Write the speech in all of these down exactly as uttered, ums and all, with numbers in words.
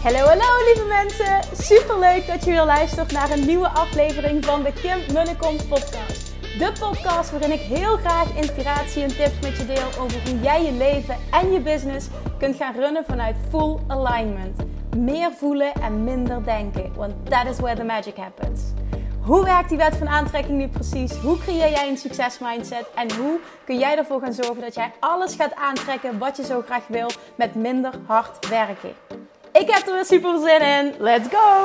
Hallo, hallo lieve mensen! Super leuk dat je weer luistert naar een nieuwe aflevering van de Kim Munnekom podcast. De podcast waarin ik heel graag inspiratie en tips met je deel over hoe jij je leven en je business kunt gaan runnen vanuit full alignment. Meer voelen en minder denken, want that is where the magic happens. Hoe werkt die wet van aantrekking nu precies? Hoe creëer jij een succesmindset? En hoe kun jij ervoor gaan zorgen dat jij alles gaat aantrekken wat je zo graag wil met minder hard werken? Ik heb er weer super zin in. Let's go!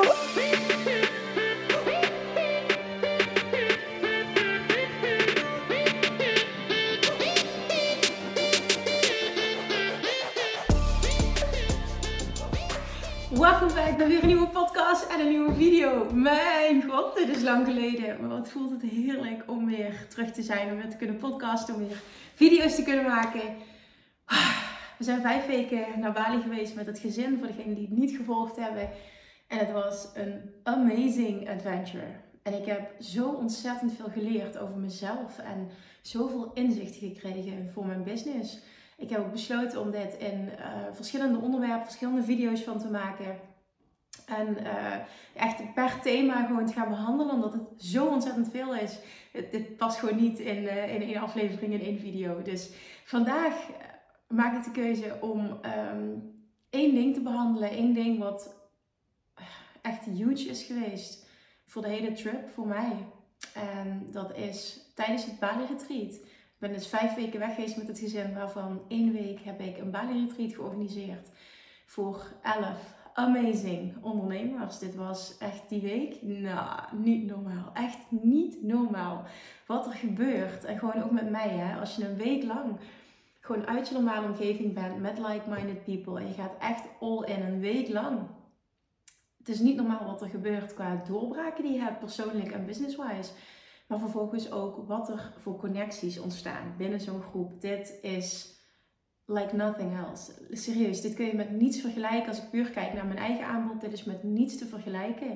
Welkom back bij weer een nieuwe podcast en een nieuwe video. Mijn god, dit is lang geleden. Maar wat voelt het heerlijk om weer terug te zijn. Om weer te kunnen podcasten, om weer video's te kunnen maken. We zijn vijf weken naar Bali geweest met het gezin, voor degenen die het niet gevolgd hebben. En het was een amazing adventure. En ik heb zo ontzettend veel geleerd over mezelf en zoveel inzicht gekregen voor mijn business. Ik heb ook besloten om dit in uh, verschillende onderwerpen, verschillende video's van te maken. En uh, echt per thema gewoon te gaan behandelen, omdat het zo ontzettend veel is. Het, dit past gewoon niet in, uh, in één aflevering, in één video. Dus vandaag maak ik de keuze om um, één ding te behandelen. Één ding wat echt huge is geweest voor de hele trip, voor mij. En dat is tijdens het Bali Retreat. Ik ben dus vijf weken weg geweest met het gezin, waarvan één week heb ik een Bali Retreat georganiseerd voor elf amazing ondernemers. Dit was echt die week, nou, niet normaal. Echt niet normaal wat er gebeurt. En gewoon ook met mij, hè. Als je een week lang gewoon uit je normale omgeving bent met like-minded people en je gaat echt all in een week lang. Het is niet normaal wat er gebeurt qua doorbraken die je hebt, persoonlijk en business-wise. Maar vervolgens ook wat er voor connecties ontstaan binnen zo'n groep. Dit is like nothing else. Serieus, dit kun je met niets vergelijken. Als ik puur kijk naar mijn eigen aanbod, dit is met niets te vergelijken.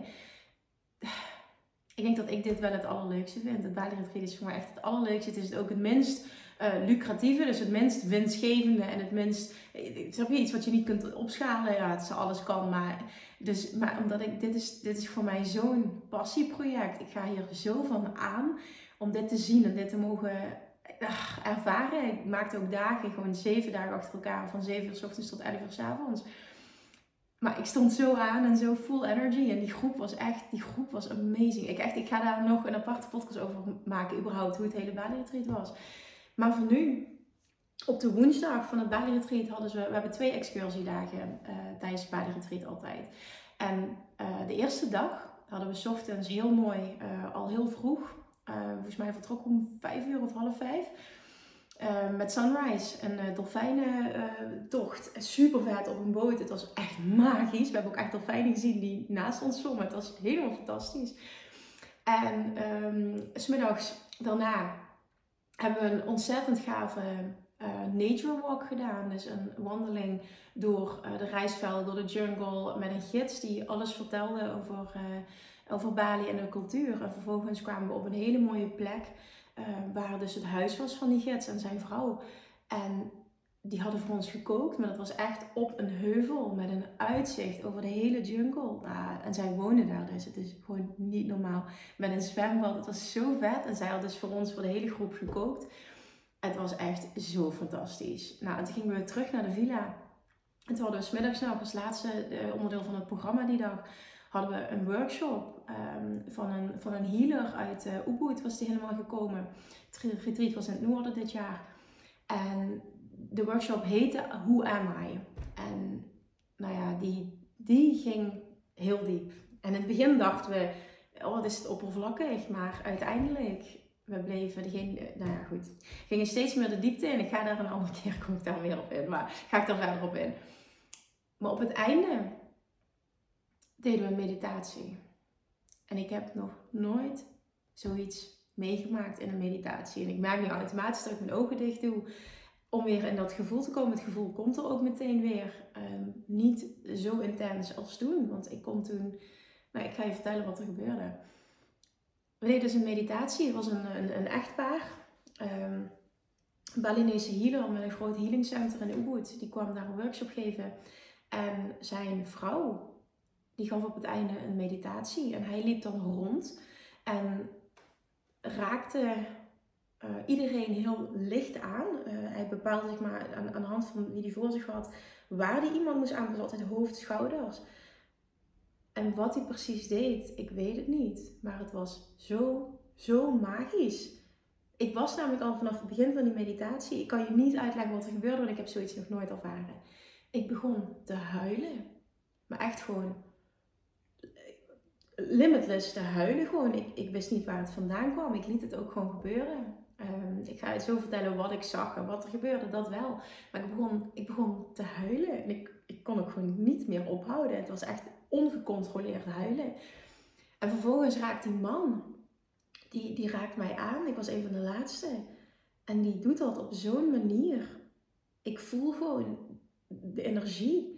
Ik denk dat ik dit wel het allerleukste vind. Het Bali Retreat is voor mij echt het allerleukste. Het is ook het minst uh, lucratieve, dus het minst winstgevende en het minst... Snap je, iets wat je niet kunt opschalen? Ja, het is alles kan, maar... Dus, maar omdat ik, dit is, dit is voor mij zo'n passieproject. Ik ga hier zo van aan om dit te zien en dit te mogen uh, ervaren. Ik maakte ook dagen, gewoon zeven dagen achter elkaar, van zeven uur 's ochtends tot elf uur 's avonds. Maar ik stond zo aan en zo full energy. En die groep was echt, die groep was amazing. Ik, echt, ik ga daar nog een aparte podcast over maken, überhaupt, hoe het hele Bali Retreat was. Maar voor nu, op de woensdag van het Bali Retreat hadden we, we hebben twee excursiedagen uh, tijdens het Bali Retreat altijd. En uh, de eerste dag hadden we 's ochtends heel mooi, uh, al heel vroeg, uh, volgens mij vertrokken om vijf uur of half vijf. Uh, met Sunrise, een uh, dolfijnentocht. Uh, super vet op een boot. Het was echt magisch. We hebben ook echt dolfijnen gezien die naast ons zwommen. Het was helemaal fantastisch. En um, 's middags daarna hebben we een ontzettend gave uh, nature walk gedaan. Dus een wandeling door uh, de rijstvelden, door de jungle. Met een gids die alles vertelde over, uh, over Bali en de cultuur. En vervolgens kwamen we op een hele mooie plek. Uh, waar dus het huis was van die gids en zijn vrouw. En die hadden voor ons gekookt, maar dat was echt op een heuvel met een uitzicht over de hele jungle. Nou, en zij wonen daar dus, het is gewoon niet normaal. Met een zwembad, het was zo vet. En zij had dus voor ons, voor de hele groep gekookt. Het was echt zo fantastisch. Nou, en toen gingen we terug naar de villa. En toen hadden we 's middags nog als laatste uh, onderdeel van het programma die dag, hadden we een workshop um, van, een, van een healer uit uh, Ubud was die helemaal gekomen. Het retreat was in het noorden dit jaar. En de workshop heette Who Am I? En nou ja, die, die ging heel diep. En in het begin dachten we, oh, wat is het oppervlakkig? Maar uiteindelijk, we bleven, degene, nou ja goed, gingen steeds meer de diepte in. Ik ga daar een andere keer, kom ik daar weer op in, maar ga ik daar verder op in. Maar op het einde deden we een meditatie. En ik heb nog nooit zoiets meegemaakt in een meditatie. En ik merk nu automatisch dat ik mijn ogen dicht doe om weer in dat gevoel te komen. Het gevoel komt er ook meteen weer. Um, niet zo intens als toen. Want ik kon toen... Nou, ik ga je vertellen wat er gebeurde. We deden dus een meditatie. Het was een, een, een echtpaar. Um, een Balinese healer met een groot healing center in Ubud. Die kwam daar een workshop geven. En zijn vrouw die gaf op het einde een meditatie. En hij liep dan rond en raakte uh, iedereen heel licht aan. Uh, hij bepaalde zeg maar, aan, aan de hand van wie hij voor zich had waar die iemand moest aan. Het was altijd hoofd, schouders. En wat hij precies deed, ik weet het niet. Maar het was zo, zo magisch. Ik was namelijk al vanaf het begin van die meditatie. Ik kan je niet uitleggen wat er gebeurde, want ik heb zoiets nog nooit ervaren. Ik begon te huilen. Maar echt gewoon limitless te huilen gewoon. Ik, ik wist niet waar het vandaan kwam. Ik liet het ook gewoon gebeuren. Um, ik ga je zo vertellen wat ik zag en wat er gebeurde, dat wel. Maar ik begon, ik begon te huilen. En ik, ik kon ook gewoon niet meer ophouden. Het was echt ongecontroleerd huilen. En vervolgens raakt die man, die, die raakt mij aan. Ik was een van de laatste. En die doet dat op zo'n manier. Ik voel gewoon de energie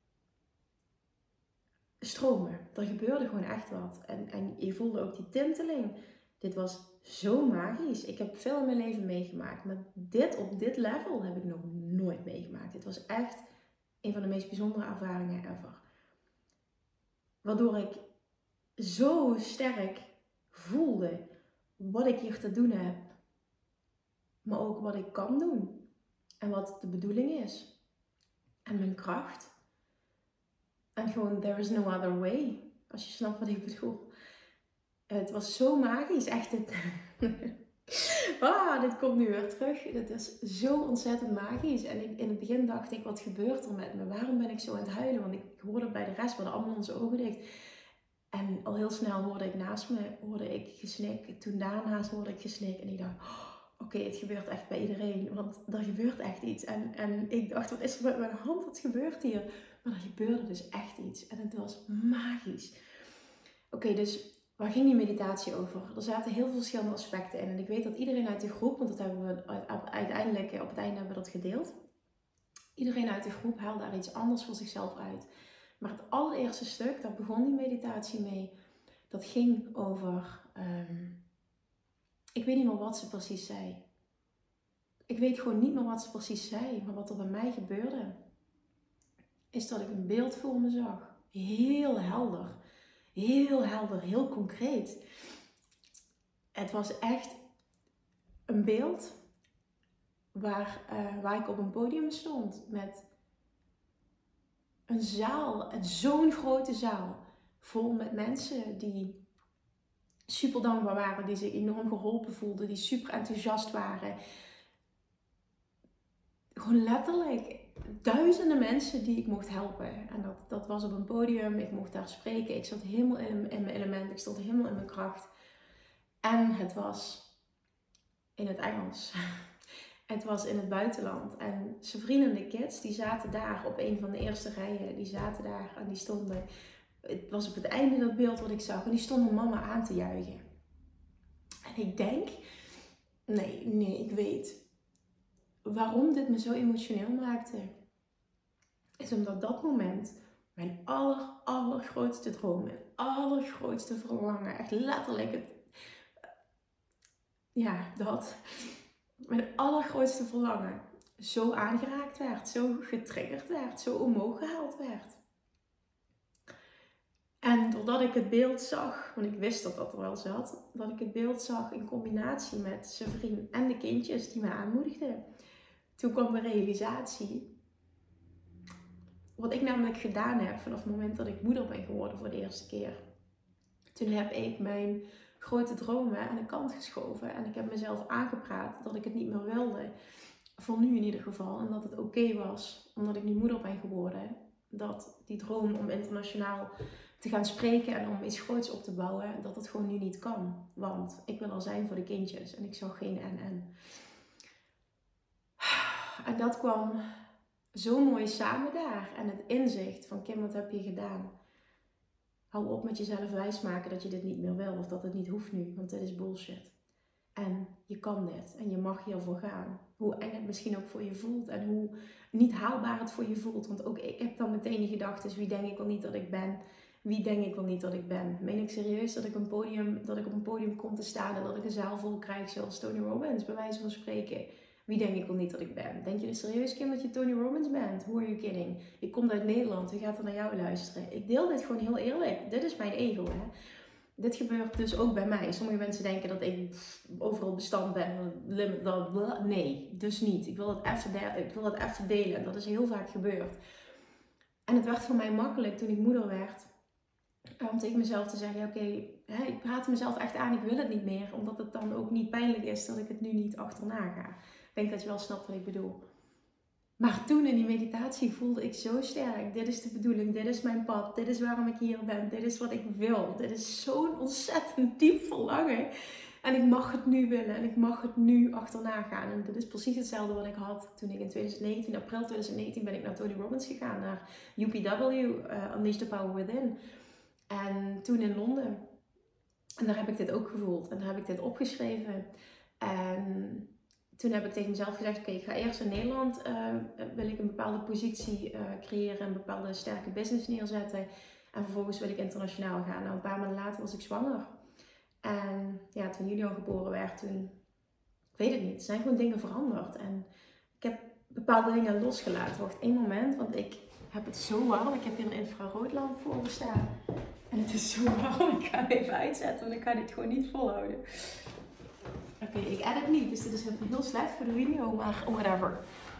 stromen. Er gebeurde gewoon echt wat. En, en je voelde ook die tinteling. Dit was zo magisch. Ik heb veel in mijn leven meegemaakt. Maar dit op dit level heb ik nog nooit meegemaakt. Dit was echt een van de meest bijzondere ervaringen ever. Waardoor ik zo sterk voelde wat ik hier te doen heb. Maar ook wat ik kan doen. En wat de bedoeling is. En mijn kracht. En gewoon, there is no other way. Als je snapt wat ik bedoel. Het was zo magisch. Echt, dit... ah, dit komt nu weer terug. Dit is zo ontzettend magisch. En ik, in het begin dacht ik, wat gebeurt er met me? Waarom ben ik zo aan het huilen? Want ik hoorde bij de rest, we hadden allemaal onze ogen dicht. En al heel snel hoorde ik naast me, hoorde ik gesnik. Toen daarnaast hoorde ik gesnik. En ik dacht, oh, oké, okay, het gebeurt echt bij iedereen. Want er gebeurt echt iets. En, en ik dacht, wat is er met mijn hand? Wat gebeurt hier? Maar er gebeurde dus echt iets. En het was magisch. Oké, okay, dus waar ging die meditatie over? Er zaten heel veel verschillende aspecten in. En ik weet dat iedereen uit de groep, want dat hebben we uiteindelijk op het einde hebben we dat gedeeld. Iedereen uit de groep haalde daar iets anders voor zichzelf uit. Maar het allereerste stuk, daar begon die meditatie mee. Dat ging over, um, ik weet niet meer wat ze precies zei. Ik weet gewoon niet meer wat ze precies zei. Maar wat er bij mij gebeurde, is dat ik een beeld voor me zag. Heel helder. Heel helder, heel concreet. Het was echt een beeld waar, uh, waar ik op een podium stond met een zaal, en zo'n grote zaal, vol met mensen die super dankbaar waren, die zich enorm geholpen voelden, die super enthousiast waren. Gewoon letterlijk duizenden mensen die ik mocht helpen. En dat, dat was op een podium, ik mocht daar spreken. Ik zat helemaal in, in mijn element, ik stond helemaal in mijn kracht. En het was in het Engels. Het was in het buitenland. En zijn vrienden en de kids, die zaten daar op een van de eerste rijen. Die zaten daar en die stonden, het was op het einde dat beeld wat ik zag. En die stonden mama aan te juichen. En ik denk, nee, nee, ik weet waarom dit me zo emotioneel maakte. Is omdat dat moment mijn aller, allergrootste droom, mijn allergrootste verlangen, echt letterlijk het, ja, dat, mijn allergrootste verlangen zo aangeraakt werd, zo getriggerd werd, zo omhoog gehaald werd. En doordat ik het beeld zag, want ik wist dat dat er wel zat, dat ik het beeld zag in combinatie met zijn vriend en de kindjes die mij aanmoedigden, toen kwam de realisatie. Wat ik namelijk gedaan heb vanaf het moment dat ik moeder ben geworden voor de eerste keer. Toen heb ik mijn grote dromen aan de kant geschoven. En ik heb mezelf aangepraat dat ik het niet meer wilde. Voor nu in ieder geval. En dat het oké okay was, omdat ik nu moeder ben geworden. Dat die droom om internationaal te gaan spreken en om iets groots op te bouwen. Dat het gewoon nu niet kan. Want ik wil er zijn voor de kindjes. En ik zag geen en-en. En dat kwam zo mooi samen daar. En het inzicht van Kim, wat heb je gedaan? Hou op met jezelf wijsmaken dat je dit niet meer wil. Of dat het niet hoeft nu. Want dit is bullshit. En je kan dit. En je mag hiervoor gaan. Hoe eng het misschien ook voor je voelt. En hoe niet haalbaar het voor je voelt. Want ook ik heb dan meteen die gedachten. Wie denk ik wel niet dat ik ben? Wie denk ik wel niet dat ik ben? Meen ik serieus dat ik, een podium, dat ik op een podium kom te staan. En dat ik een zaal vol krijg zoals Tony Robbins. Bij wijze van spreken. Wie denk ik wel niet dat ik ben? Denk je er serieus, Kim, dat je Tony Robbins bent? Who are you kidding? Ik kom uit Nederland, wie gaat er naar jou luisteren? Ik deel dit gewoon heel eerlijk. Dit is mijn ego, hè. Dit gebeurt dus ook bij mij. Sommige mensen denken dat ik overal bestand ben. Nee, dus niet. Ik wil dat even, de- ik wil dat even delen. Dat is heel vaak gebeurd. En het werd voor mij makkelijk toen ik moeder werd. Om tegen mezelf te zeggen, oké, okay, ik praat mezelf echt aan, ik wil het niet meer. Omdat het dan ook niet pijnlijk is dat ik het nu niet achterna ga. Ik denk dat je wel snapt wat ik bedoel. Maar toen in die meditatie voelde ik zo sterk. Dit is de bedoeling, dit is mijn pad, dit is waarom ik hier ben, dit is wat ik wil. Dit is zo'n ontzettend diep verlangen. En ik mag het nu willen en ik mag het nu achterna gaan. En dit is precies hetzelfde wat ik had toen ik in twintig negentien, april twintig negentien, ben ik naar Tony Robbins gegaan. Naar U P W, uh, Unleash the Power Within. En toen in Londen. En daar heb ik dit ook gevoeld. En daar heb ik dit opgeschreven. En toen heb ik tegen mezelf gezegd, oké, okay, ik ga eerst in Nederland, uh, wil ik een bepaalde positie uh, creëren, een bepaalde sterke business neerzetten. En vervolgens wil ik internationaal gaan. Nou, een paar maanden later was ik zwanger. En ja, toen Julian geboren werd, toen, ik weet het niet, er zijn gewoon dingen veranderd. En ik heb bepaalde dingen losgelaten. Wacht één moment, want ik heb het zo warm. Ik heb hier een infraroodlamp voor me staan. En het is zo warm, ik ga hem even uitzetten, want ik kan dit gewoon niet volhouden. Oké, okay, ik edit niet, dus dit is even heel slecht voor de video, maar whatever.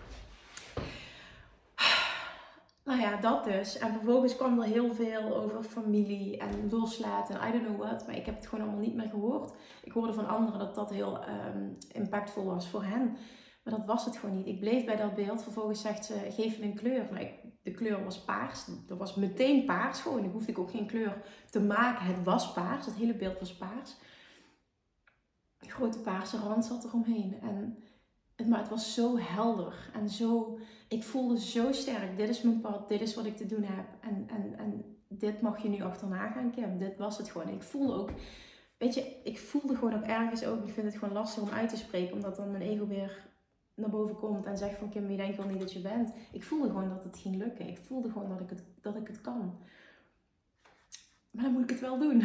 Nou ja, dat dus. En vervolgens kwam er heel veel over familie en loslaten en I don't know what. Maar ik heb het gewoon allemaal niet meer gehoord. Ik hoorde van anderen dat dat heel um, impactvol was voor hen. Maar dat was het gewoon niet. Ik bleef bij dat beeld. Vervolgens zegt ze, geef me een kleur. Maar ik, de kleur was paars. Dat was meteen paars gewoon. Dan hoefde ik ook geen kleur te maken. Het was paars. Het hele beeld was paars. Een grote paarse rand zat eromheen. En het, maar het was zo helder. En zo, ik voelde zo sterk. Dit is mijn pad. Dit is wat ik te doen heb. En, en, en dit mag je nu achterna gaan, Kim. Dit was het gewoon. Ik voelde ook... Weet je, ik voelde gewoon ook ergens ook... Ik vind het gewoon lastig om uit te spreken. Omdat dan mijn ego weer naar boven komt en zegt van Kim, wie denk je wel niet dat je bent? Ik voelde gewoon dat het ging lukken. Ik voelde gewoon dat ik het, dat ik het kan. Maar dan moet ik het wel doen.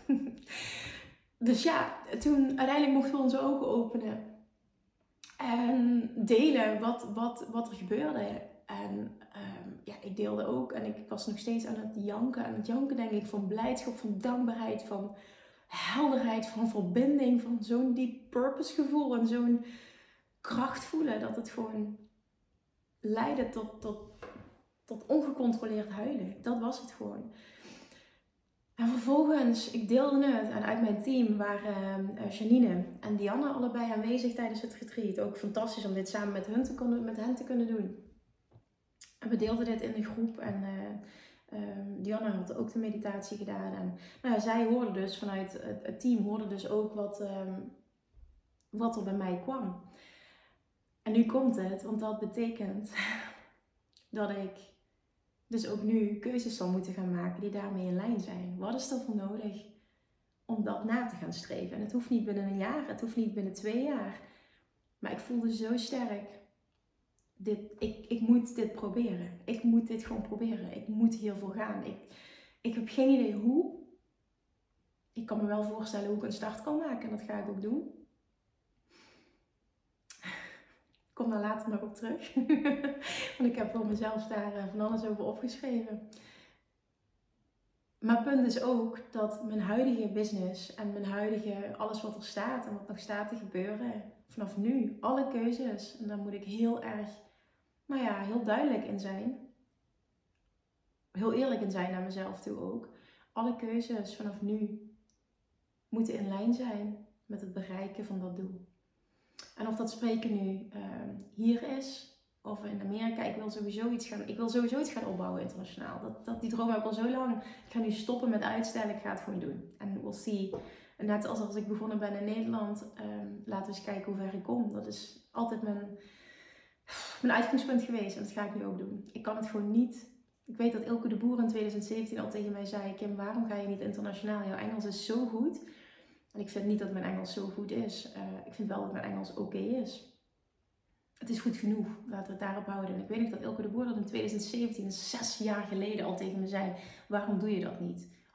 Dus ja, toen uiteindelijk mochten we onze ogen openen. En delen wat, wat, wat er gebeurde. En um, ja, ik deelde ook. En ik was nog steeds aan het janken. Aan het janken denk ik van blijdschap, van dankbaarheid, van helderheid, van verbinding. Van zo'n diep purpose gevoel en zo'n kracht voelen. Dat het gewoon leidde tot, tot, tot ongecontroleerd huilen. Dat was het gewoon. En vervolgens, ik deelde het en uit mijn team waren uh, Janine en Diana allebei aanwezig tijdens het retreat. Ook fantastisch om dit samen met hen te kunnen, met hen te kunnen doen. En we deelden dit in de groep en uh, uh, Diana had ook de meditatie gedaan. En nou ja, zij hoorde dus vanuit het, het team, hoorde dus ook wat, um, wat er bij mij kwam. En nu komt het, want dat betekent dat ik dus ook nu keuzes zal moeten gaan maken die daarmee in lijn zijn. Wat is er voor nodig om dat na te gaan streven? En het hoeft niet binnen een jaar, het hoeft niet binnen twee jaar. Maar ik voelde zo sterk, dit, ik, ik moet dit proberen. Ik moet dit gewoon proberen. Ik moet hiervoor gaan. Ik, ik heb geen idee hoe. Ik kan me wel voorstellen hoe ik een start kan maken en dat ga ik ook doen. Ik kom daar later nog op terug. Want ik heb voor mezelf daar van alles over opgeschreven. Maar het punt is ook dat mijn huidige business en mijn huidige, alles wat er staat en wat nog staat te gebeuren, vanaf nu, alle keuzes, en daar moet ik heel erg, nou ja, heel duidelijk in zijn. Heel eerlijk in zijn naar mezelf toe ook. Alle keuzes vanaf nu moeten in lijn zijn met het bereiken van dat doel. En of dat spreken nu uh, hier is, of in Amerika, ik wil sowieso iets gaan, ik wil sowieso iets gaan opbouwen internationaal. Dat, dat, die droom heb ik al zo lang. Ik ga nu stoppen met uitstellen, ik ga het gewoon doen. En we'll see. En net als als ik begonnen ben in Nederland, um, laten we eens kijken hoe ver ik kom. Dat is altijd mijn, mijn uitgangspunt geweest en dat ga ik nu ook doen. Ik kan het gewoon niet. Ik weet dat Ilke de Boer in twintig zeventien al tegen mij zei, Kim, waarom ga je niet internationaal? Jouw Engels is zo goed. En ik vind niet dat mijn Engels zo goed is. Uh, ik vind wel dat mijn Engels oké okay is. Het is goed genoeg. Laten we het daarop houden. En ik weet nog dat Ilke de Boer dat in twintig zeventien, zes jaar geleden, al tegen me zei. Waarom doe je dat niet?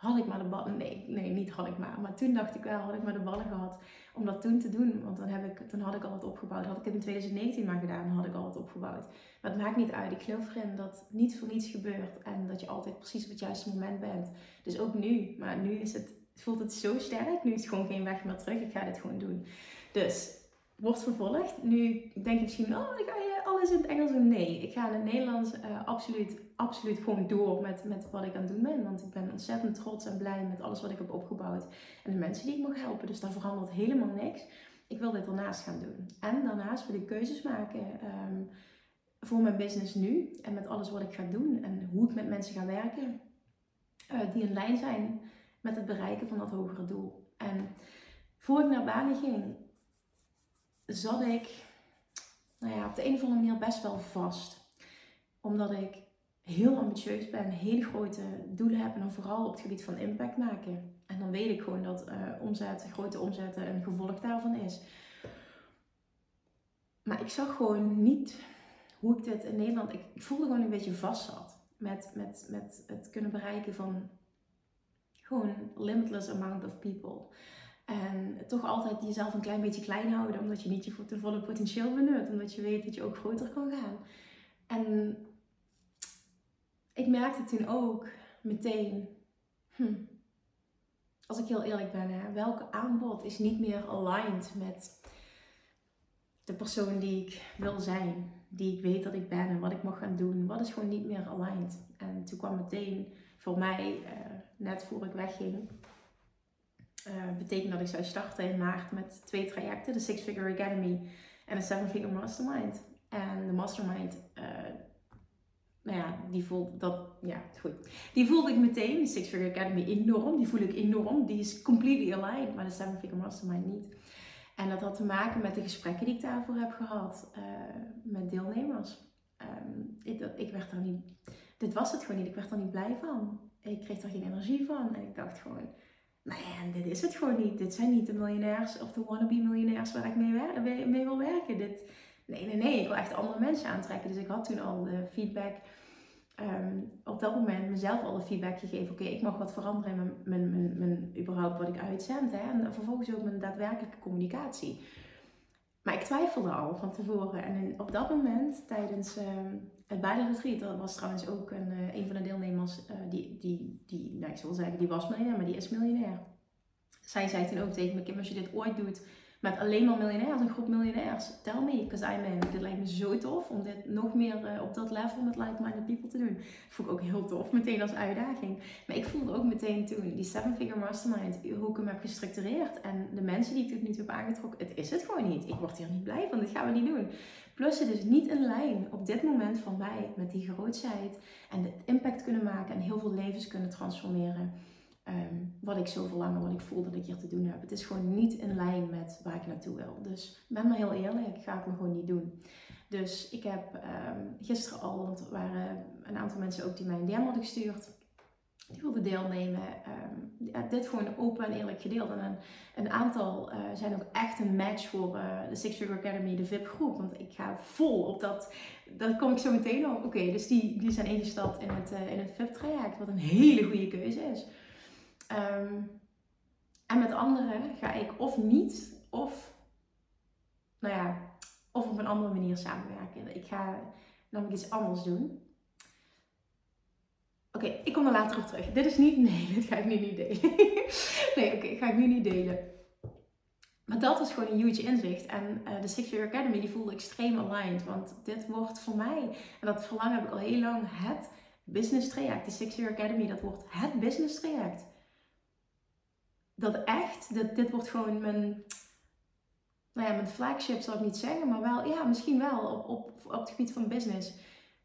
had ik maar de ballen, nee, nee, niet had ik maar, maar toen dacht ik wel, had ik maar de ballen gehad om dat toen te doen, want dan, heb ik, dan had ik al wat opgebouwd. Had ik het in twintig negentien maar gedaan, dan had ik al wat opgebouwd. Maar het maakt niet uit, ik geloof erin dat niet voor niets gebeurt en dat je altijd precies op het juiste moment bent. Dus ook nu, maar nu is het, voelt het zo sterk, nu is het gewoon geen weg meer terug, ik ga dit gewoon doen. Dus, wordt vervolgd. Nu denk je misschien, oh, dan ga je alles in het Engels doen. Nee, ik ga in het Nederlands uh, absoluut, absoluut gewoon door met, met wat ik aan het doen ben. Want ik ben ontzettend trots en blij met alles wat ik heb opgebouwd. En de mensen die ik mag helpen. Dus daar verandert helemaal niks. Ik wil dit daarnaast gaan doen. En daarnaast wil ik keuzes maken um, voor mijn business nu. En met alles wat ik ga doen. En hoe ik met mensen ga werken. Uh, die in lijn zijn met het bereiken van dat hogere doel. En voor ik naar Bali ging, zat ik nou ja, op de een of andere manier best wel vast. Omdat ik heel ambitieus ben, hele grote doelen heb en dan vooral op het gebied van impact maken. En dan weet ik gewoon dat uh, omzet, grote omzetten een gevolg daarvan is. Maar ik zag gewoon niet hoe ik dit in Nederland... Ik, ik voelde gewoon een beetje vast zat met, met, met het kunnen bereiken van gewoon limitless amount of people. En toch altijd jezelf een klein beetje klein houden, omdat je niet je te volle potentieel benut. Omdat je weet dat je ook groter kan gaan. En ik merkte toen ook meteen, hm, als ik heel eerlijk ben, hè, welk aanbod is niet meer aligned met de persoon die ik wil zijn. Die ik weet dat ik ben en wat ik mag gaan doen. Wat is gewoon niet meer aligned. En toen kwam meteen voor mij, uh, net voor ik wegging... Uh, betekent dat ik zou starten in maart met twee trajecten. De Six Figure Academy en de Seven Figure Mastermind. En de Mastermind, uh, nou ja, die voelde dat, ja, goed. Die voelde ik meteen, de Six Figure Academy enorm. Die voel ik enorm. Die is completely aligned, maar de Seven Figure Mastermind niet. En dat had te maken met de gesprekken die ik daarvoor heb gehad uh, met deelnemers. Um, ik, dat, ik werd er niet, dit was het gewoon niet. Ik werd er niet blij van. Ik kreeg er geen energie van. En ik dacht gewoon... Man, dit is het gewoon niet. Dit zijn niet de miljonairs of de wannabe miljonairs waar ik mee, wer- mee wil werken. Dit, nee, nee, nee. Ik wil echt andere mensen aantrekken. Dus ik had toen al de feedback, um, op dat moment mezelf al de feedback gegeven. Oké, okay, ik mag wat veranderen in mijn, mijn, mijn, mijn, überhaupt wat ik uitzend. Hè? En vervolgens ook mijn daadwerkelijke communicatie. Maar ik twijfelde al van tevoren. En in, op dat moment, tijdens um, het Bali Retreat, dat was trouwens ook een, uh, een van de deelnemers, uh, die, die, die, nou ik zal zeggen, die was miljonair, maar die is miljonair. Zij zei toen ook tegen me, Kim, als je dit ooit doet met alleen maar miljonairs, een groep miljonairs, tell me, because I'm in. Dit lijkt me zo tof om dit nog meer uh, op dat level met like-minded people te doen. Dat vond ik ook heel tof, meteen als uitdaging. Maar ik voelde ook meteen toen, die Seven Figure Mastermind, hoe ik hem heb gestructureerd en de mensen die ik tot nu toe heb aangetrokken, het is het gewoon niet. Ik word hier niet blij van, dit gaan we niet doen. Plus het is niet in lijn op dit moment van mij met die grootheid en het impact kunnen maken en heel veel levens kunnen transformeren. Um, wat ik zo verlang en wat ik voel dat ik hier te doen heb. Het is gewoon niet in lijn met waar ik naartoe wil. Dus ben maar heel eerlijk, ga ik me gewoon niet doen. Dus ik heb um, gisteren al, want er waren een aantal mensen ook die mij een D M hadden gestuurd. Die wilden deelnemen. Um, ja, dit gewoon open en eerlijk gedeeld. En een, een aantal uh, zijn ook echt een match voor uh, de Six Figure Academy, de V I P groep. Want ik ga vol op dat, daar kom ik zo meteen op. Oké, okay, dus die, die zijn ingestapt in het, uh, in het V I P traject, wat een hele goede keuze is. Um, en met anderen ga ik of niet, of, nou ja, of op een andere manier samenwerken. Ik ga namelijk iets anders doen. Oké, okay, ik kom er later op terug. Dit is niet, nee, dit ga ik nu niet delen. nee, oké, okay, ga ik nu niet delen. Maar dat was gewoon een huge inzicht. En uh, de Six Figure Academy, die voelde extreem aligned. Want dit wordt voor mij, en dat verlangen heb ik al heel lang, het business traject. De Six Figure Academy, dat wordt het business traject. Dat echt, dit, dit wordt gewoon mijn, nou ja, mijn flagship zal ik niet zeggen, maar wel, ja, misschien wel op, op, op het gebied van business.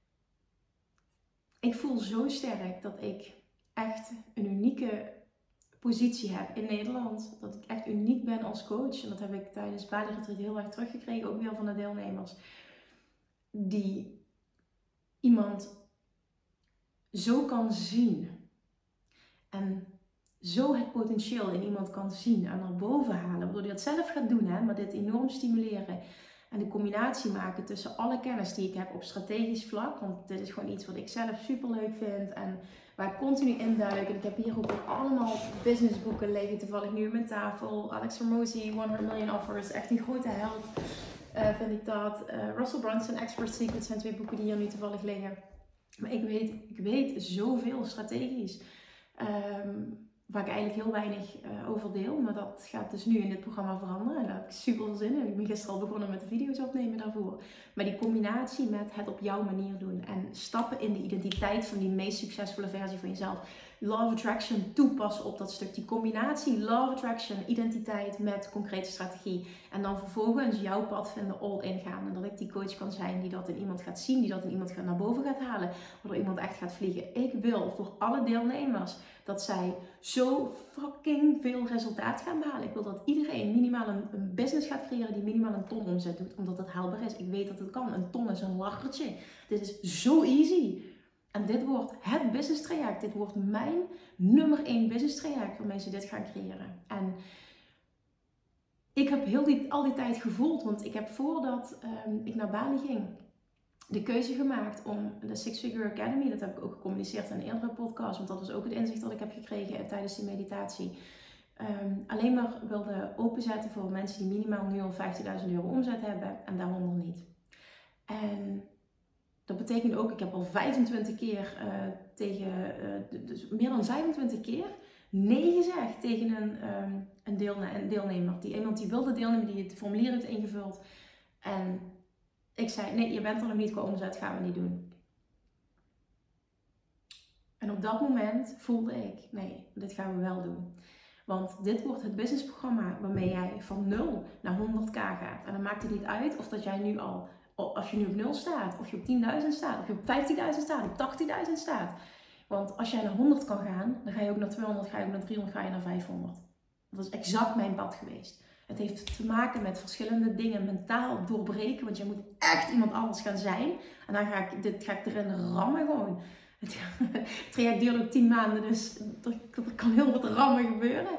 Ik voel zo sterk dat ik echt een unieke positie heb in Nederland. Dat ik echt uniek ben als coach. En dat heb ik tijdens Bali Retreat heel erg teruggekregen, ook weer van de deelnemers. Die iemand zo kan zien. En zo het potentieel in iemand kan zien en naar boven halen. Waardoor hij dat zelf gaat doen, hè, maar dit enorm stimuleren. En de combinatie maken tussen alle kennis die ik heb op strategisch vlak. Want dit is gewoon iets wat ik zelf super leuk vind. En waar ik continu induik. En ik heb hier ook allemaal businessboeken liggen toevallig nu op mijn tafel. Alex Hormozi, honderd Million Offers, echt een grote held uh, vind ik dat. Uh, Russell Brunson, Expert Secrets zijn twee boeken die hier nu toevallig liggen. Maar ik weet, ik weet zoveel strategisch. Um, Waar ik eigenlijk heel weinig uh, over deel. Maar dat gaat dus nu in dit programma veranderen. En daar heb ik super veel zin in. Ik ben gisteren al begonnen met de video's opnemen daarvoor. Maar die combinatie met het op jouw manier doen. En stappen in de identiteit van die meest succesvolle versie van jezelf. Law of Attraction toepassen op dat stuk. Die combinatie Law of Attraction, identiteit met concrete strategie. En dan vervolgens jouw pad vinden, all in gaan. En dat ik die coach kan zijn die dat in iemand gaat zien. Die dat in iemand gaat naar boven gaat halen. Waardoor iemand echt gaat vliegen. Ik wil voor alle deelnemers dat zij zo fucking veel resultaat gaan behalen. Ik wil dat iedereen minimaal een, een business gaat creëren die minimaal een ton omzet doet. Omdat het haalbaar is. Ik weet dat het kan. Een ton is een lachertje. Dit is zo easy. En dit wordt het business traject. Dit wordt mijn nummer één business traject waarmee ze dit gaan creëren. En ik heb heel die, al die tijd gevoeld. Want ik heb voordat um, ik naar Bali ging de keuze gemaakt om de Six Figure Academy, dat heb ik ook gecommuniceerd in een eerdere podcast, want dat was ook het inzicht dat ik heb gekregen tijdens die meditatie, um, alleen maar wilde openzetten voor mensen die minimaal nu al vijftigduizend euro omzet hebben en daaronder niet. En dat betekent ook, ik heb al vijfentwintig keer uh, tegen, uh, dus meer dan vijfentwintig keer nee gezegd tegen een, um, een, deelne- een deelnemer. Die, iemand die wilde deelnemen, die het formulier heeft ingevuld. En ik zei, nee, je bent er nog niet qua omzet, gaan we niet doen. En op dat moment voelde ik, nee, dit gaan we wel doen. Want dit wordt het businessprogramma waarmee jij van nul naar honderd k gaat. En dan maakt het niet uit of dat jij nu al, als je nu op nul staat, of je op tienduizend staat, of je op vijftigduizend staat, op tachtigduizend staat. Want als jij naar honderd kan gaan, dan ga je ook naar tweehonderd, ga je ook naar driehonderd, ga je naar vijfhonderd. Dat is exact mijn pad geweest. Het heeft te maken met verschillende dingen mentaal doorbreken. Want je moet echt iemand anders gaan zijn. En dan ga ik, dit ga ik erin rammen gewoon. Het traject duurt ook tien maanden. Dus er, er kan heel wat rammen gebeuren.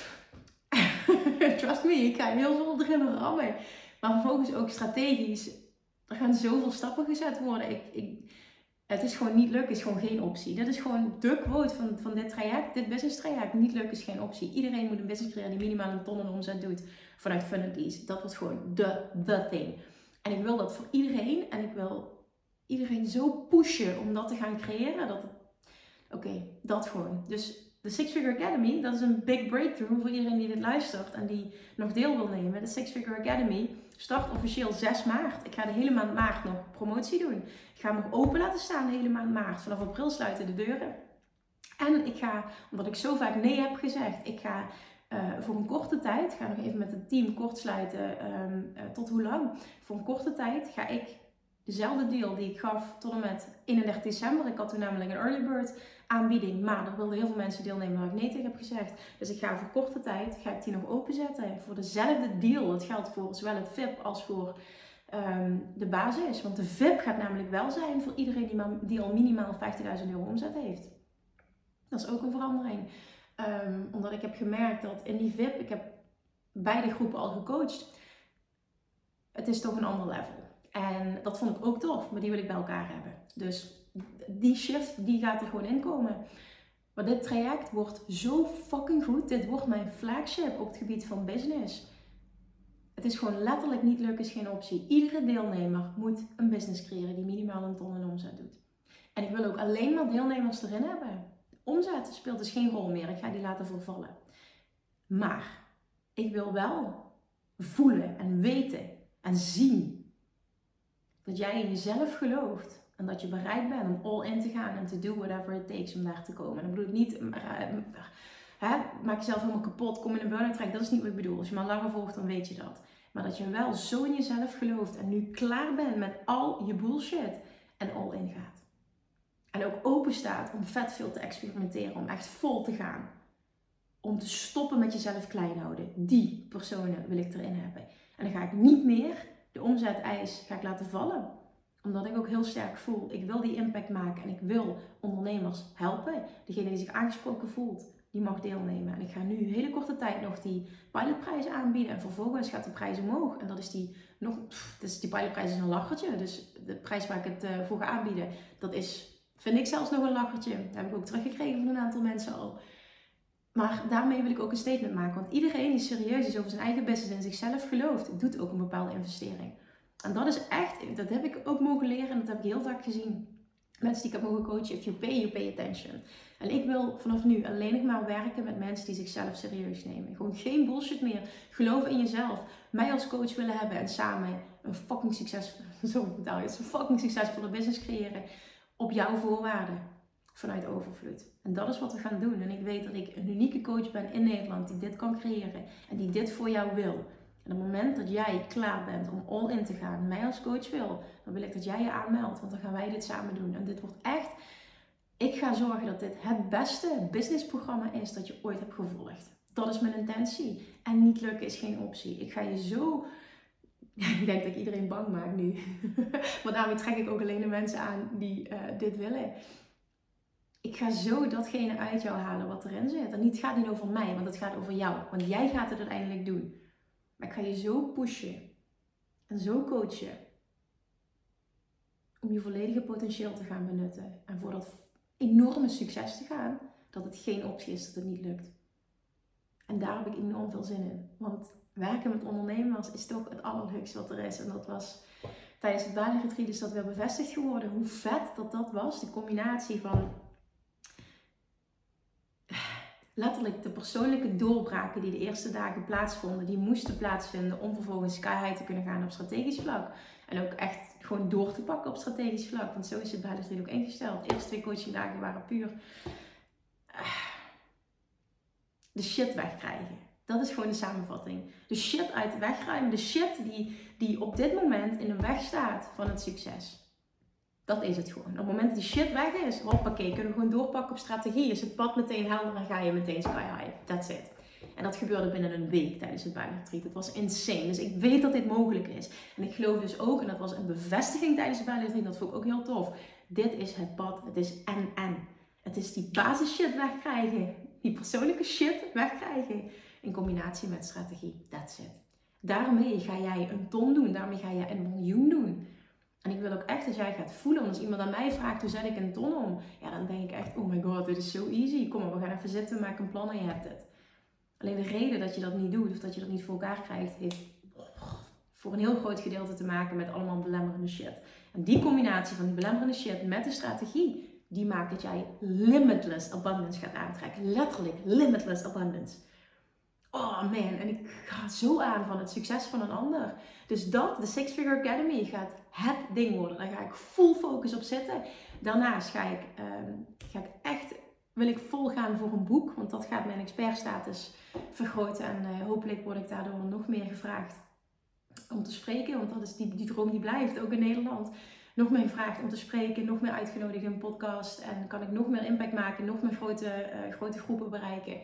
Trust me, ik ga heel veel erin rammen. Maar vervolgens ook strategisch. Er gaan zoveel stappen gezet worden. Ik, ik, het is gewoon niet lukken, is gewoon geen optie. Dit is gewoon de quote van, van dit traject, dit business traject. Niet lukken is geen optie. Iedereen moet een business creëren die minimaal een ton in omzet doet vanuit Fun and Ease. Dat wordt gewoon de, the thing. En ik wil dat voor iedereen. En ik wil iedereen zo pushen om dat te gaan creëren. Dat het, oké, okay, dat gewoon. Dus de Six Figure Academy, dat is een big breakthrough voor iedereen die dit luistert en die nog deel wil nemen. De Six Figure Academy start officieel zes maart. Ik ga de hele maand maart nog promotie doen. Ik ga hem nog open laten staan de hele maand maart. Vanaf april sluiten de deuren. En ik ga, omdat ik zo vaak nee heb gezegd, ik ga uh, voor een korte tijd, ik ga nog even met het team kort sluiten, um, uh, tot hoe lang? Voor een korte tijd ga ik dezelfde deal die ik gaf tot en met eenendertig december. Ik had toen namelijk een early bird aanbieding, maar er wilden heel veel mensen deelnemen waar ik nee tegen heb gezegd. Dus ik ga voor korte tijd, ga ik die nog openzetten voor dezelfde deal. Dat geldt voor zowel het V I P als voor um, de basis. Want de V I P gaat namelijk wel zijn voor iedereen die, maar, die al minimaal vijftigduizend euro omzet heeft. Dat is ook een verandering. Um, omdat ik heb gemerkt dat in die V I P, ik heb beide groepen al gecoacht. Het is toch een ander level. En dat vond ik ook tof, maar die wil ik bij elkaar hebben. Dus die shift, die gaat er gewoon in komen. Maar dit traject wordt zo fucking goed. Dit wordt mijn flagship op het gebied van business. Het is gewoon letterlijk niet lukken is geen optie. Iedere deelnemer moet een business creëren die minimaal een ton in omzet doet. En ik wil ook alleen maar deelnemers erin hebben. Omzet speelt dus geen rol meer. Ik ga die laten vervallen. Maar ik wil wel voelen en weten en zien dat jij in jezelf gelooft en dat je bereid bent om all in te gaan en te do whatever it takes om daar te komen. En dan bedoel ik niet, uh, hè, maak jezelf helemaal kapot, kom in een burn-out track. Dat is niet wat ik bedoel. Als je maar langer volgt, dan weet je dat. Maar dat je wel zo in jezelf gelooft en nu klaar bent met al je bullshit en all in gaat. En ook open staat om vet veel te experimenteren, om echt vol te gaan. Om te stoppen met jezelf klein houden. Die personen wil ik erin hebben. En dan ga ik niet meer de omzet-eis ga ik laten vallen. Omdat ik ook heel sterk voel, ik wil die impact maken en ik wil ondernemers helpen. Degene die zich aangesproken voelt, die mag deelnemen. En ik ga nu een hele korte tijd nog die pilotprijs aanbieden. En vervolgens gaat de prijs omhoog. En dat is die, nog, pff, dus die pilotprijs is een lachertje. Dus de prijs waar ik het uh, voor ga aanbieden, dat is Vind ik zelfs nog een lachertje. Dat heb ik ook teruggekregen van een aantal mensen al. Maar daarmee wil ik ook een statement maken. Want iedereen die serieus is over zijn eigen business en zichzelf gelooft, doet ook een bepaalde investering. En dat is echt, dat heb ik ook mogen leren en dat heb ik heel vaak gezien. Mensen die ik heb mogen coachen, if you pay, you pay attention. En ik wil vanaf nu alleen nog maar werken met mensen die zichzelf serieus nemen. Gewoon geen bullshit meer. Geloof in jezelf. Mij als coach willen hebben en samen een fucking succesvolle, zo vertaal je het, een fucking succesvolle business creëren op jouw voorwaarden. Vanuit overvloed. En dat is wat we gaan doen. En ik weet dat ik een unieke coach ben in Nederland die dit kan creëren. En die dit voor jou wil. En op het moment dat jij klaar bent om all in te gaan, mij als coach wil, dan wil ik dat jij je aanmeldt. Want dan gaan wij dit samen doen. En dit wordt echt, ik ga zorgen dat dit het beste businessprogramma is dat je ooit hebt gevolgd. Dat is mijn intentie. En niet lukken is geen optie. Ik ga je zo, ik denk dat ik iedereen bang maak nu. Maar daarmee trek ik ook alleen de mensen aan die uh, dit willen. Ik ga zo datgene uit jou halen wat erin zit. En het gaat niet over mij, want het gaat over jou. Want jij gaat het uiteindelijk doen. Maar ik ga je zo pushen. En zo coachen. Om je volledige potentieel te gaan benutten. En voor dat enorme succes te gaan. Dat het geen optie is dat het niet lukt. En daar heb ik enorm veel zin in. Want werken met ondernemers is toch het allerleukste wat er is. En dat was tijdens het Bali Retreat is dat weer bevestigd geworden. Hoe vet dat dat was. De combinatie van letterlijk de persoonlijke doorbraken die de eerste dagen plaatsvonden, die moesten plaatsvinden om vervolgens sky high te kunnen gaan op strategisch vlak. En ook echt gewoon door te pakken op strategisch vlak. Want zo is het bij de drie ook ingesteld. De eerste twee coachingdagen waren puur de shit wegkrijgen. Dat is gewoon de samenvatting. De shit uit de weg ruimen. De shit die, die op dit moment in de weg staat van het succes. Dat is het gewoon. Op het moment dat die shit weg is, hoppakee, kunnen we gewoon doorpakken op strategie. Is het pad meteen helder en ga je meteen sky high. That's it. En dat gebeurde binnen een week tijdens het Bali Retreat. Het was insane. Dus ik weet dat dit mogelijk is. En ik geloof dus ook, en dat was een bevestiging tijdens het Bali Retreat, dat vond ik ook heel tof. Dit is het pad. Het is en-en. Het is die basis shit wegkrijgen. Die persoonlijke shit wegkrijgen. In combinatie met strategie. That's it. Daarmee ga jij een ton doen. Daarmee ga je een miljoen doen. En ik wil ook echt dat jij gaat voelen. Want als iemand aan mij vraagt, hoe zet ik een ton om? Ja, dan denk ik echt, oh my god, dit is zo easy. Kom maar, we gaan even zitten, maak een plan en je hebt het. Alleen de reden dat je dat niet doet, of dat je dat niet voor elkaar krijgt, heeft voor een heel groot gedeelte te maken met allemaal belemmerende shit. En die combinatie van die belemmerende shit met de strategie, die maakt dat jij limitless abundance gaat aantrekken. Letterlijk, limitless abundance. Oh man, en ik ga zo aan van het succes van een ander. Dus dat, de Six Figure Academy, gaat het ding worden. Daar ga ik full focus op zitten. Daarnaast ga ik, um, ga ik echt, wil ik vol gaan voor een boek. Want dat gaat mijn expertstatus vergroten. En uh, hopelijk word ik daardoor nog meer gevraagd om te spreken. Want dat is die, die droom die blijft, ook in Nederland. Nog meer gevraagd om te spreken, nog meer uitgenodigd in een podcast. En kan ik nog meer impact maken, nog meer grote, uh, grote groepen bereiken.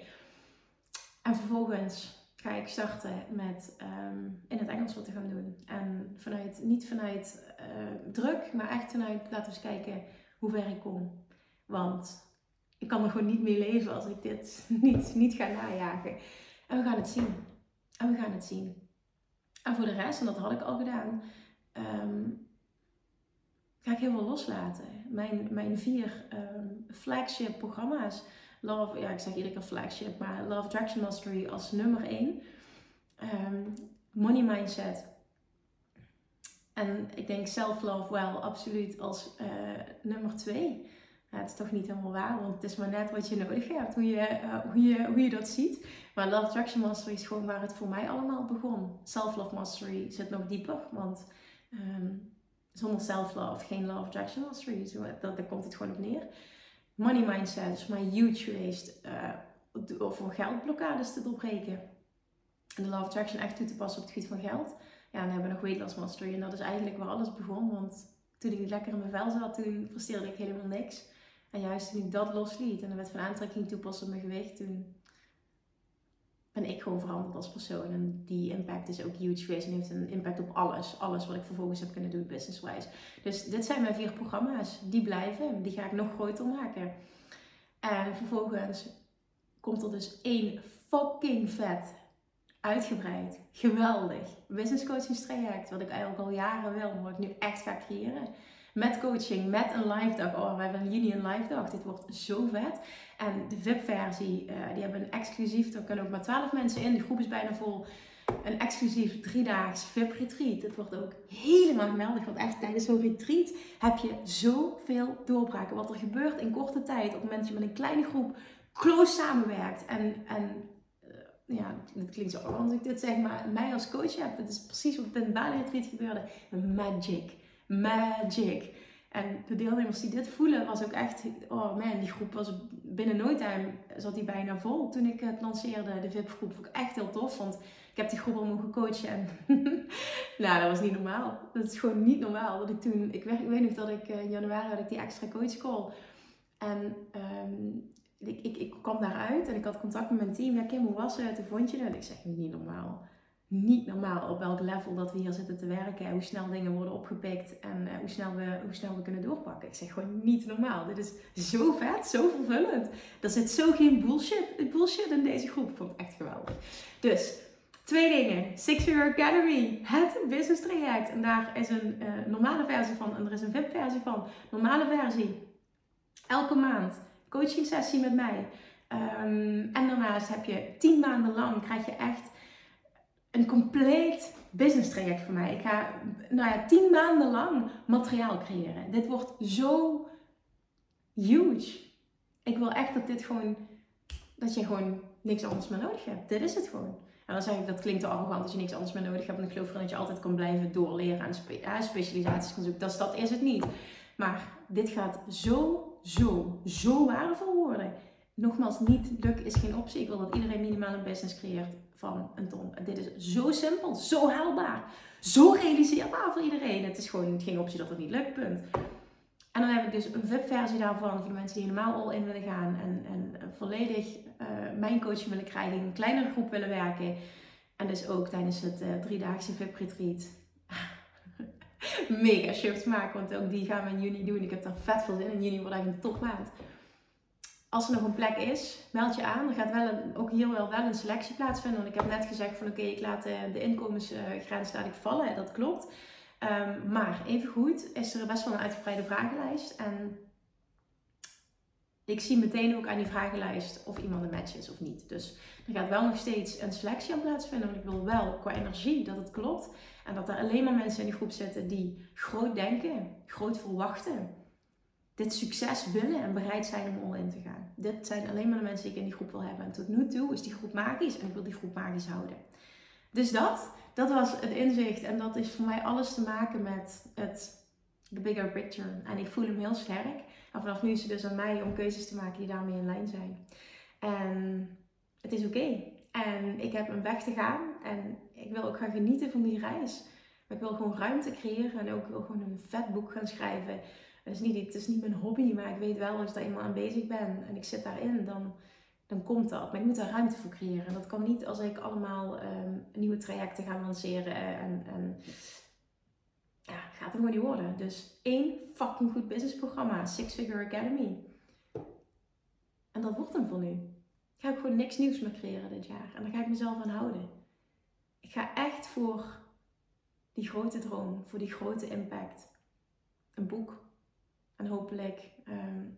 En vervolgens ga ik starten met um, in het Engels wat te gaan doen. En vanuit, niet vanuit uh, druk, maar echt vanuit, laten we eens kijken hoe ver ik kom. Want ik kan er gewoon niet mee leven als ik dit niet, niet ga najagen. En we gaan het zien. En we gaan het zien. En voor de rest, en dat had ik al gedaan, um, ga ik heel veel loslaten. Mijn, mijn vier um, flagship programma's. Love, ja, ik zeg iedere keer flagship, maar Love Attraction Mastery als nummer één. Um, money Mindset. En ik denk Self-Love wel absoluut als uh, nummer twee. Ja, het is toch niet helemaal waar, want het is maar net wat je nodig hebt, hoe je, uh, hoe je, hoe je dat ziet. Maar Love Attraction Mastery is gewoon waar het voor mij allemaal begon. Self-Love Mastery zit nog dieper, want um, zonder Self-Love geen Love Attraction Mastery. Zo, dat, daar komt het gewoon op neer. Money Mindset is maar huge geweest uh, voor geldblokkades te doorbreken. En de Law of Attraction echt toe te passen op het gebied van geld. Ja, dan hebben we nog Weight Loss Mastery. En dat is eigenlijk waar alles begon. Want toen ik niet lekker in mijn vel zat, toen presteerde ik helemaal niks. En juist toen ik dat losliet en de wet van aantrekking toepaste op mijn gewicht, toen ben ik gewoon veranderd als persoon. En die impact is ook huge geweest en heeft een impact op alles. Alles wat ik vervolgens heb kunnen doen business-wise. Dus dit zijn mijn vier programma's. Die blijven. Die ga ik nog groter maken. En vervolgens komt er dus één fucking vet, uitgebreid, geweldig business coaching traject. Wat ik eigenlijk al jaren wil, maar wat ik nu echt ga creëren. Met coaching, met een live dag. Oh, we hebben in juni een live dag. Dit wordt zo vet. En de V I P-versie, uh, die hebben een exclusief, daar kunnen ook maar twaalf mensen in. De groep is bijna vol. Een exclusief driedaags V I P-retreat. Dit wordt ook helemaal geweldig. Want echt tijdens zo'n retreat heb je zoveel doorbraken. Wat er gebeurt in korte tijd. Op het moment dat je met een kleine groep close samenwerkt. En, en uh, ja, het klinkt zo arrogant als ik dit zeg. Maar mij als coach heb. Dat is precies wat in het Bali-retreat gebeurde. Magic. Magic. En de deelnemers die dit voelen was ook echt... Oh man, die groep was binnen no time zat die bijna vol. Toen ik het lanceerde, de V I P-groep. Vond ik echt heel tof. Want ik heb die groep al mogen coachen. En nou, dat was niet normaal. Dat is gewoon niet normaal. Dat ik toen... Ik weet, ik weet nog dat ik in januari had ik die extra coach call. En um, ik, ik, ik kwam daaruit en ik had contact met mijn team. Ja, Kim, hoe was het? Hoe vond je het? En ik zeg, niet normaal. Niet normaal op welk level dat we hier zitten te werken. Hoe snel dingen worden opgepikt. En uh, hoe, snel we, hoe snel we kunnen doorpakken. Ik zeg gewoon niet normaal. Dit is zo vet, zo vervullend. Er zit zo geen bullshit, bullshit in deze groep. Ik vond het echt geweldig. Dus, twee dingen. Six Figure Academy. Het business traject. En daar is een uh, normale versie van. En er is een V I P-versie van. Normale versie. Elke maand. Coaching sessie met mij. Um, en daarnaast heb je tien maanden lang. Krijg je echt... een compleet business traject voor mij. Ik ga nou ja, tien maanden lang materiaal creëren. Dit wordt zo huge. Ik wil echt dat dit gewoon, dat je gewoon niks anders meer nodig hebt. Dit is het gewoon. En dan zeg ik, dat klinkt te arrogant als je niks anders meer nodig hebt. En ik geloof erin dat je altijd kan blijven doorleren en spe- ja, specialisaties kan zoeken. Dat, dat is het niet. Maar dit gaat zo, zo, zo waardevol worden. Nogmaals, niet lukken is geen optie. Ik wil dat iedereen minimaal een business creëert van een ton. Dit is zo simpel, zo haalbaar, zo realiseerbaar voor iedereen. Het is gewoon geen optie dat het niet lukt, punt. En dan heb ik dus een V I P-versie daarvan voor de mensen die helemaal all in willen gaan en, en volledig uh, mijn coaching willen krijgen, in een kleinere groep willen werken. En dus ook tijdens het uh, driedaagse V I P-retreat mega shifts maken, want ook die gaan we in juni doen. Ik heb daar vet veel zin in. Juni wordt eigenlijk een topmaand. Als er nog een plek is, meld je aan. Er gaat wel een, ook hier wel, wel een selectie plaatsvinden. Want ik heb net gezegd van oké, okay, ik laat de, de inkomensgrens laat ik vallen. Dat klopt. Um, maar even goed is er best wel een uitgebreide vragenlijst. En ik zie meteen ook aan die vragenlijst of iemand een match is of niet. Dus er gaat wel nog steeds een selectie aan plaatsvinden. Want ik wil wel qua energie dat het klopt. En dat er alleen maar mensen in die groep zitten die groot denken, groot verwachten. Dit succes willen en bereid zijn om all in te gaan. Dit zijn alleen maar de mensen die ik in die groep wil hebben. En tot nu toe is die groep magisch en ik wil die groep magisch houden. Dus dat, dat was het inzicht. En dat is voor mij alles te maken met het the bigger picture. En ik voel hem heel sterk. En vanaf nu is het dus aan mij om keuzes te maken die daarmee in lijn zijn. En het is oké. Okay. En ik heb een weg te gaan. En ik wil ook gaan genieten van die reis. Maar ik wil gewoon ruimte creëren. En ook wil gewoon een vet boek gaan schrijven. Het is, niet, het is niet mijn hobby, maar ik weet wel als ik daar eenmaal aan bezig ben en ik zit daarin, dan, dan komt dat. Maar ik moet daar ruimte voor creëren. En dat kan niet als ik allemaal um, nieuwe trajecten ga lanceren en, en ja, gaat er gewoon niet worden. Dus één fucking goed businessprogramma, Six Figure Academy. En dat wordt hem voor nu. Ik ga ook gewoon niks nieuws meer creëren dit jaar. En daar ga ik mezelf aan houden. Ik ga echt voor die grote droom, voor die grote impact. Een boek. En hopelijk um,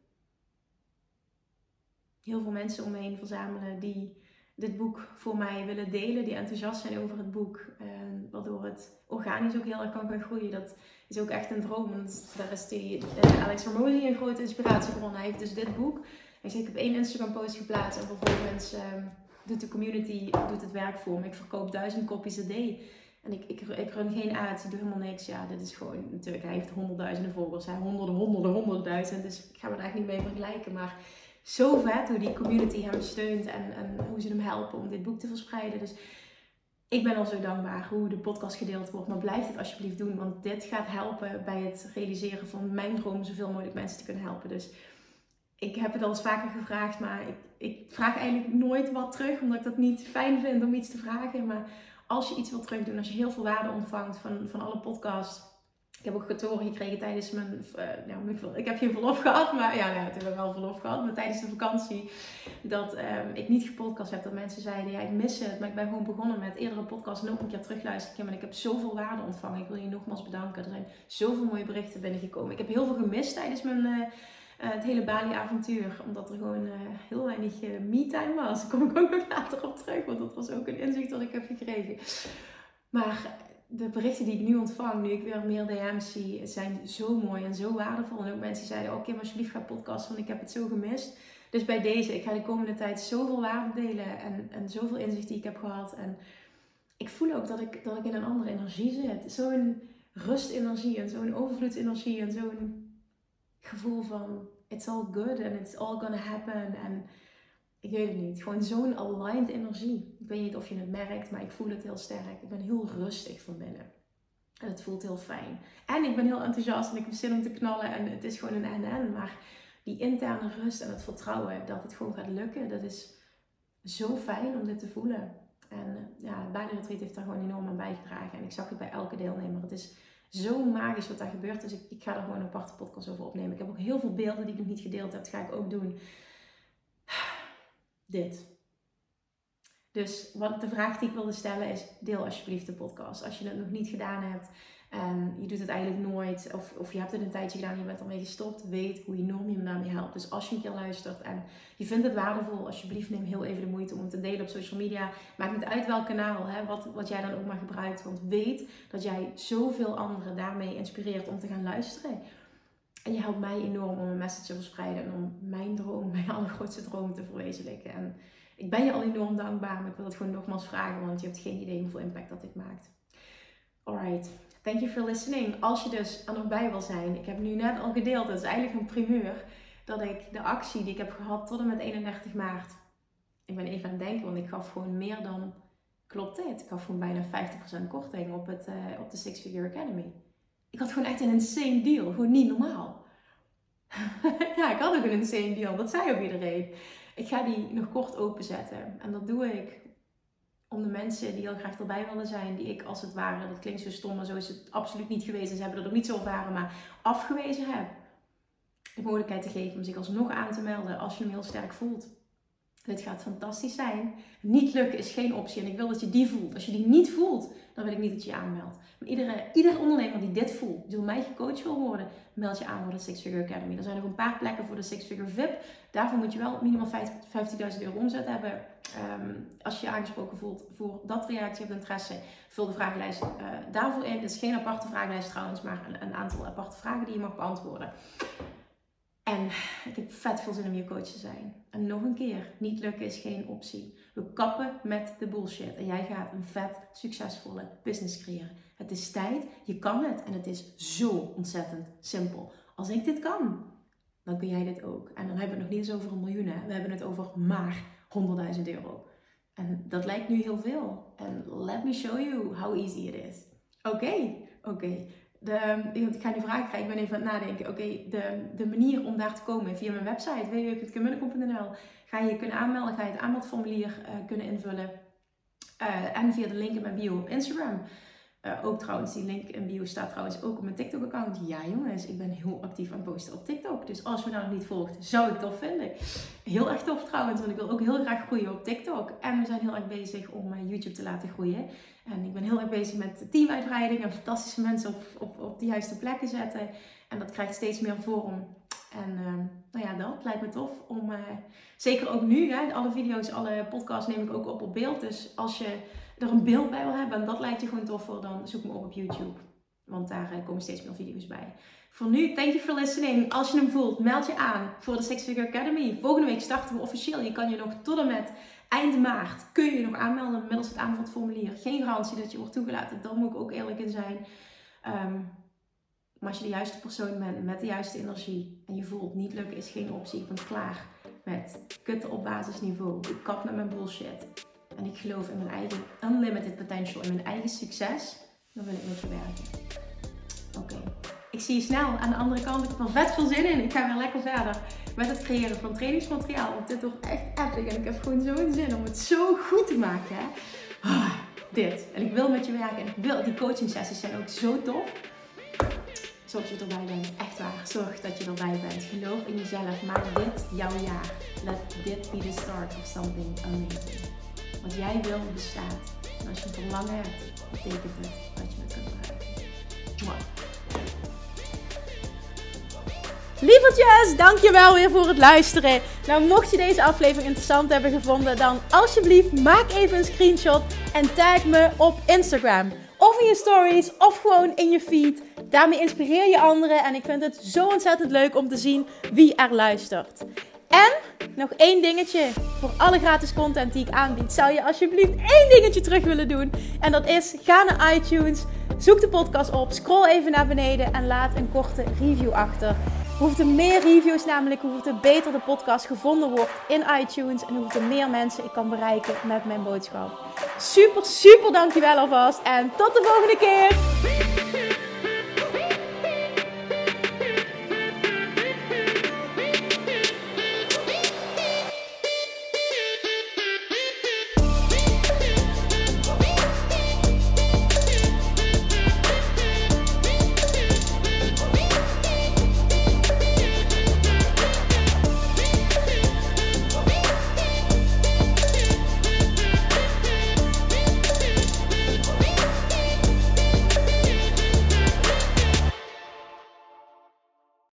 heel veel mensen om me heen verzamelen die dit boek voor mij willen delen. Die enthousiast zijn over het boek. Um, waardoor het organisch ook heel erg kan gaan groeien. Dat is ook echt een droom. Want daar is die uh, Alex Hormozy een grote inspiratiebron. Hij heeft dus dit boek. Hij zegt, ik heb één Instagram post geplaatst. En vervolgens um, doet de community doet het werk voor me. Ik verkoop duizend kopies a day. En ik, ik, ik run geen ads, ik doe helemaal niks. Ja, dit is gewoon, natuurlijk, hij heeft honderdduizenden volgers. Hij honderden, honderden, honderdduizend. Dus ik ga me daar echt niet mee vergelijken. Maar zo vet hoe die community hem steunt en, en hoe ze hem helpen om dit boek te verspreiden. Dus ik ben al zo dankbaar hoe de podcast gedeeld wordt. Maar blijf dit alsjeblieft doen, want dit gaat helpen bij het realiseren van mijn droom. Zoveel mogelijk mensen te kunnen helpen. Dus ik heb het al eens vaker gevraagd, maar ik, ik vraag eigenlijk nooit wat terug. Omdat ik dat niet fijn vind om iets te vragen. Maar als je iets wilt terugdoen, als je heel veel waarde ontvangt van, van alle podcasts, Ik heb ook te horen gekregen tijdens mijn, uh, nou, ik heb geen verlof gehad, maar ja, nou, ik heb wel verlof gehad, maar tijdens de vakantie, dat um, ik niet gepodcast heb. Dat mensen zeiden, ja, ik mis het, maar ik ben gewoon begonnen met eerdere podcasts en ook een keer terugluisteren. En ik heb zoveel waarde ontvangen. Ik wil je nogmaals bedanken. Er zijn zoveel mooie berichten binnengekomen. Ik heb heel veel gemist tijdens mijn, uh, uh, het hele Bali-avontuur, omdat er gewoon uh, heel weinig uh, me-time was. Daar kom ik ook nog later op terug, want dat was ook een inzicht dat ik heb gekregen. Maar de berichten die ik nu ontvang, nu ik weer meer D M's zie, zijn zo mooi en zo waardevol. En ook mensen die zeiden, oh Kim, alsjeblieft ga podcasten, want ik heb het zo gemist. Dus bij deze, ik ga de komende tijd zoveel waarde delen en, en zoveel inzicht die ik heb gehad. En ik voel ook dat ik, dat ik in een andere energie zit. Zo'n rustenergie en zo'n overvloedsenergie en zo'n gevoel van it's all good and it's all gonna happen. En ik weet het niet, gewoon zo'n aligned energie. Ik weet niet of je het merkt, maar ik voel het heel sterk. Ik ben heel rustig van binnen. En het voelt heel fijn. En ik ben heel enthousiast en ik heb zin om te knallen. En het is gewoon een en-en. Maar die interne rust en het vertrouwen dat het gewoon gaat lukken, dat is zo fijn om dit te voelen. En ja, het Bali Retreat heeft daar gewoon enorm aan bijgedragen. En ik zag het bij elke deelnemer. Het is zo magisch wat daar gebeurt. Dus ik, ik ga er gewoon een aparte podcast over opnemen. Ik heb ook heel veel beelden die ik nog niet gedeeld heb. Dat ga ik ook doen. Dit. Dus wat de vraag die ik wilde stellen is, deel alsjeblieft de podcast. Als je het nog niet gedaan hebt en je doet het eigenlijk nooit, of, of je hebt het een tijdje gedaan en je bent ermee gestopt, weet hoe enorm je me daarmee helpt. Dus als je een keer luistert en je vindt het waardevol, alsjeblieft neem heel even de moeite om het te delen op social media. Maakt niet uit welk kanaal, hè, wat, wat jij dan ook maar gebruikt. Want weet dat jij zoveel anderen daarmee inspireert om te gaan luisteren. En je helpt mij enorm om een message te verspreiden en om mijn droom, mijn allergrootste droom te verwezenlijken. En ik ben je al enorm dankbaar, maar ik wil het gewoon nogmaals vragen, want je hebt geen idee hoeveel impact dat dit maakt. Alright, thank you for listening. Als je dus er nog bij wil zijn, ik heb nu net al gedeeld, het is eigenlijk een primeur, dat ik de actie die ik heb gehad tot en met eenendertig maart, ik ben even aan het denken, want ik gaf gewoon meer dan, klopt dit? Ik gaf gewoon bijna vijftig procent korting op, het, uh, op de Six Figure Academy. Ik had gewoon echt een insane deal. Gewoon niet normaal. Ja, ik had ook een insane deal. Dat zei ook iedereen. Ik ga die nog kort openzetten. En dat doe ik om de mensen die heel graag erbij willen zijn. Die ik als het ware, dat klinkt zo stom, maar zo is het absoluut niet geweest. En ze hebben dat ook niet zo ervaren, maar afgewezen heb. De mogelijkheid te geven om zich alsnog aan te melden als je hem heel sterk voelt. Dit gaat fantastisch zijn. Niet lukken is geen optie. En ik wil dat je die voelt. Als je die niet voelt, dan wil ik niet dat je je aanmeldt. Maar iedere, ieder ondernemer die dit voelt, die door mij gecoacht wil worden, meld je aan voor de Six Figure Academy. Er zijn nog een paar plekken voor de Six Figure V I P. Daarvoor moet je wel minimaal vijftigduizend euro omzet hebben. Um, als je je aangesproken voelt voor dat traject, je hebt interesse, vul de vragenlijst uh, daarvoor in. Het is geen aparte vragenlijst trouwens, maar een, een aantal aparte vragen die je mag beantwoorden. En ik heb vet veel zin om je coach te zijn. En nog een keer, niet lukken is geen optie. We kappen met de bullshit. En jij gaat een vet, succesvolle business creëren. Het is tijd, je kan het. En het is zo ontzettend simpel. Als ik dit kan, dan kun jij dit ook. En dan hebben we het nog niet eens over een miljoen. Hè? We hebben het over maar honderdduizend euro. En dat lijkt nu heel veel. En let me show you how easy it is. Oké, okay, oké. Okay. De, ik ga nu vragen krijgen, ik ben even aan het nadenken. Oké, okay, de, de manier om daar te komen via mijn website w w w punt kim munnekom punt n l ga je je kunnen aanmelden, ga je het aanmeldformulier uh, kunnen invullen. Uh, en via de link in mijn bio op Instagram. Uh, ook trouwens, die link in bio staat trouwens ook op mijn TikTok-account. Ja jongens, ik ben heel actief aan het posten op TikTok. Dus als je me nou nog niet volgt, zou ik tof vinden. Heel erg tof trouwens, want ik wil ook heel graag groeien op TikTok. En we zijn heel erg bezig om uh, YouTube te laten groeien. En ik ben heel erg bezig met teamuitbreiding en fantastische mensen op, op, op de juiste plekken zetten. En dat krijgt steeds meer vorm. En uh, nou ja, dat lijkt me tof om, uh, zeker ook nu, hè, alle video's, alle podcasts neem ik ook op op beeld. Dus als je er een beeld bij wil hebben en dat lijkt je gewoon tof voor, dan zoek me op op YouTube. Want daar uh, komen steeds meer video's bij. Voor nu, thank you for listening. Als je hem voelt, meld je aan voor de Six Figure Academy. Volgende week starten we officieel. Je kan je nog tot en met eind maart, kun je je nog aanmelden middels het aanmeldformulier. Geen garantie dat je wordt toegelaten, daar moet ik ook eerlijk in zijn. Um, maar als je de juiste persoon bent, met de juiste energie en je voelt niet lukken is geen optie. Ik ben klaar met kutten op basisniveau. Ik kap met mijn bullshit. En ik geloof in mijn eigen unlimited potential, in mijn eigen succes. Dan wil ik met je werken. Oké. Okay. Ik zie je snel aan de andere kant. Ik heb er vet veel zin in. Ik ga weer lekker verder met het creëren van trainingsmateriaal. Want dit wordt echt epic. En ik heb gewoon zo'n zin om het zo goed te maken. Hè? Oh, dit. En ik wil met je werken. En ik wil, die coaching sessies zijn ook zo tof. zorg dat je erbij bent. Echt waar, zorg dat je erbij bent. Geloof in jezelf, maak dit jouw jaar. Let dit be the start of something amazing. Wat jij wil bestaat. En als je een verlangen hebt, betekent het dat je het kunt bereiken. Mwah. Lievertjes, dankjewel weer voor het luisteren. Nou, mocht je deze aflevering interessant hebben gevonden, dan alsjeblieft maak even een screenshot en tag me op Instagram. Of in je stories, of gewoon in je feed. Daarmee inspireer je anderen en ik vind het zo ontzettend leuk om te zien wie er luistert. En nog één dingetje. Voor alle gratis content die ik aanbied, zou je alsjeblieft één dingetje terug willen doen. En dat is, ga naar iTunes, zoek de podcast op, scroll even naar beneden en laat een korte review achter. Hoe er meer reviews namelijk, hoe er beter de podcast gevonden wordt in iTunes. En hoe er meer mensen ik kan bereiken met mijn boodschap. Super, super dankjewel alvast. En tot de volgende keer.